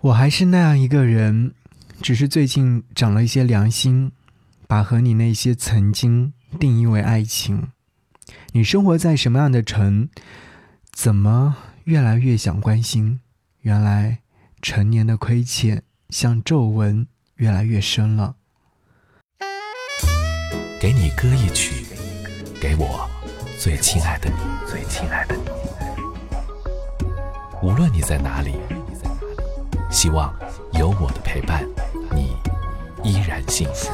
我还是那样一个人，只是最近长了一些良心，把和你那些曾经定义为爱情。你生活在什么样的城，怎么越来越想关心？原来陈年的亏欠像皱纹越来越深了。 给你歌一曲，给我最亲爱的你，最亲爱的你。无论你在哪里，希望有我的陪伴，你依然幸福。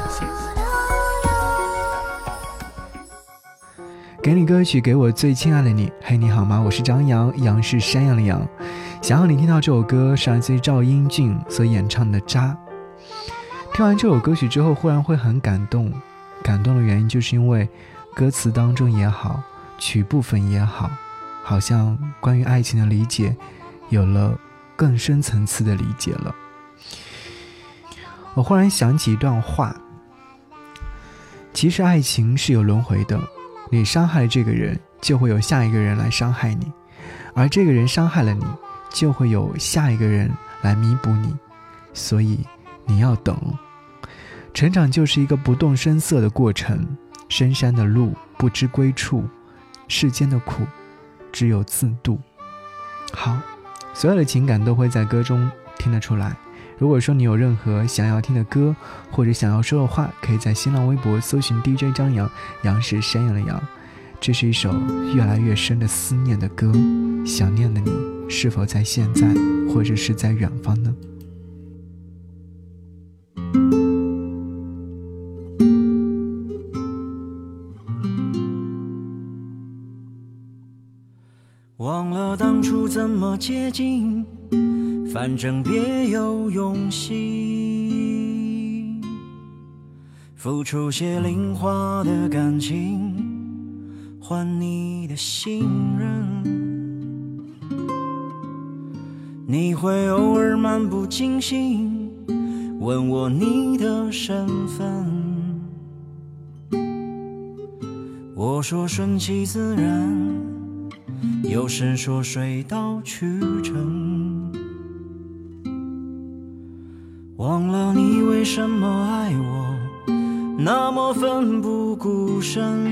给你歌曲，给我最亲爱的你。嘿，你好吗？我是张扬，杨是山羊的羊。想要你听到这首歌是来自于赵英俊所演唱的《渣》。听完这首歌曲之后，忽然会很感动。感动的原因就是因为歌词当中也好，曲部分也好，好像关于爱情的理解有了更深层次的理解了。我忽然想起一段话，其实爱情是有轮回的，你伤害了这个人，就会有下一个人来伤害你，而这个人伤害了你，就会有下一个人来弥补你，所以你要等。成长就是一个不动声色的过程，深山的路不知归处，世间的苦只有自度。好，所有的情感都会在歌中听得出来。如果说你有任何想要听的歌，或者想要说的话，可以在新浪微博搜寻 DJ 张扬，杨是山羊的羊。这是一首越来越深的思念的歌，想念的你是否在现在，或者是在远方呢？ 忘了当初怎么接近，反正别有用心，付出些零花的感情，换你的信任。你会偶尔漫不经心问我你的身份，我说顺其自然，有时说水到渠成。忘了你为什么爱我那么奋不顾身，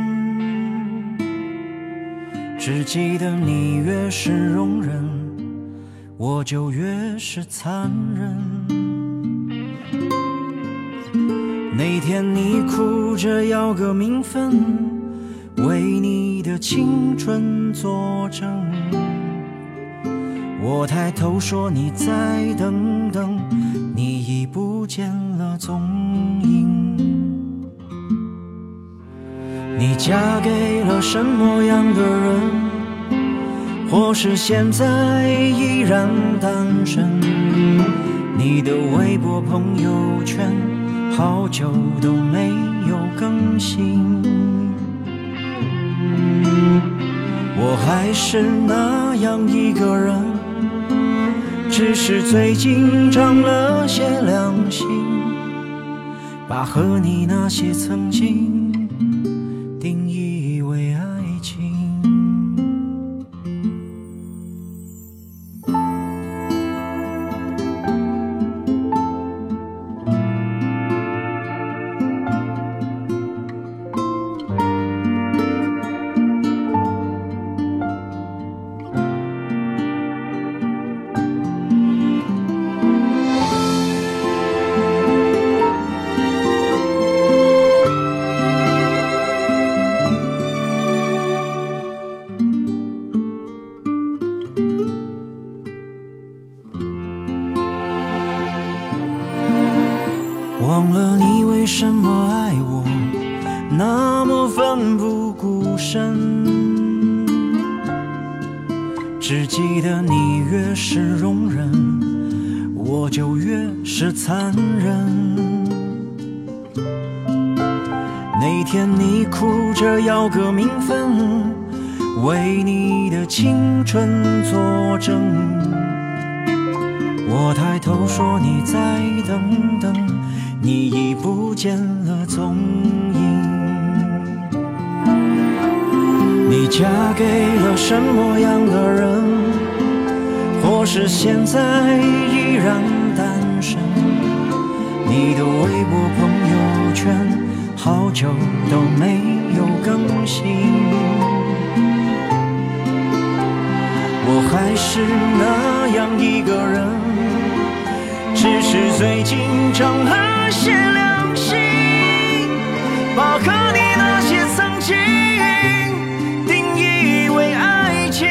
只记得你越是容忍，我就越是残忍。那天你哭着要个名分，为你的青春作证，我抬头说你再等等，你已不见了踪影。你嫁给了什么样的人，或是现在依然单身，你的微博朋友圈好久都没有更新，我还是那样一个人，只是最近长了些良心，把和你那些曾经定义为爱情。忘了你为什么爱我那么奋不顾身，只记得你越是容忍，我就越是残忍。那天你哭着要个名分，为你的青春作证，我抬头说你再等等，你已不见了踪影。你嫁给了什么样的人，或是现在依然你的微博朋友圈好久都没有更新，我还是那样一个人，只是最近长了些良心，把和你那些曾经定义为爱情。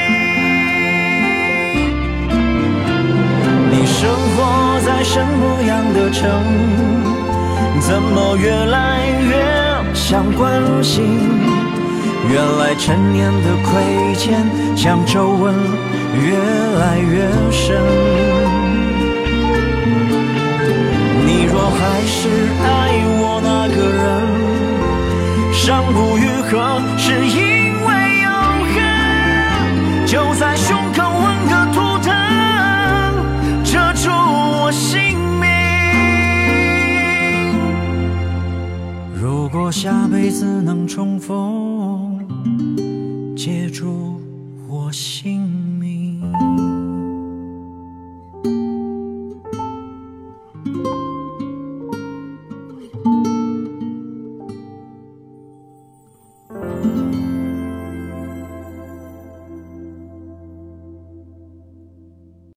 你生活在什么样的城，怎么越来越想关心？原来陈年的亏欠像皱纹越来越深。你若还是爱我那个人，伤不愈合是因为永恒，就在胸口纹个图腾，遮住我姓名。如果下辈子能重逢，借住我姓名。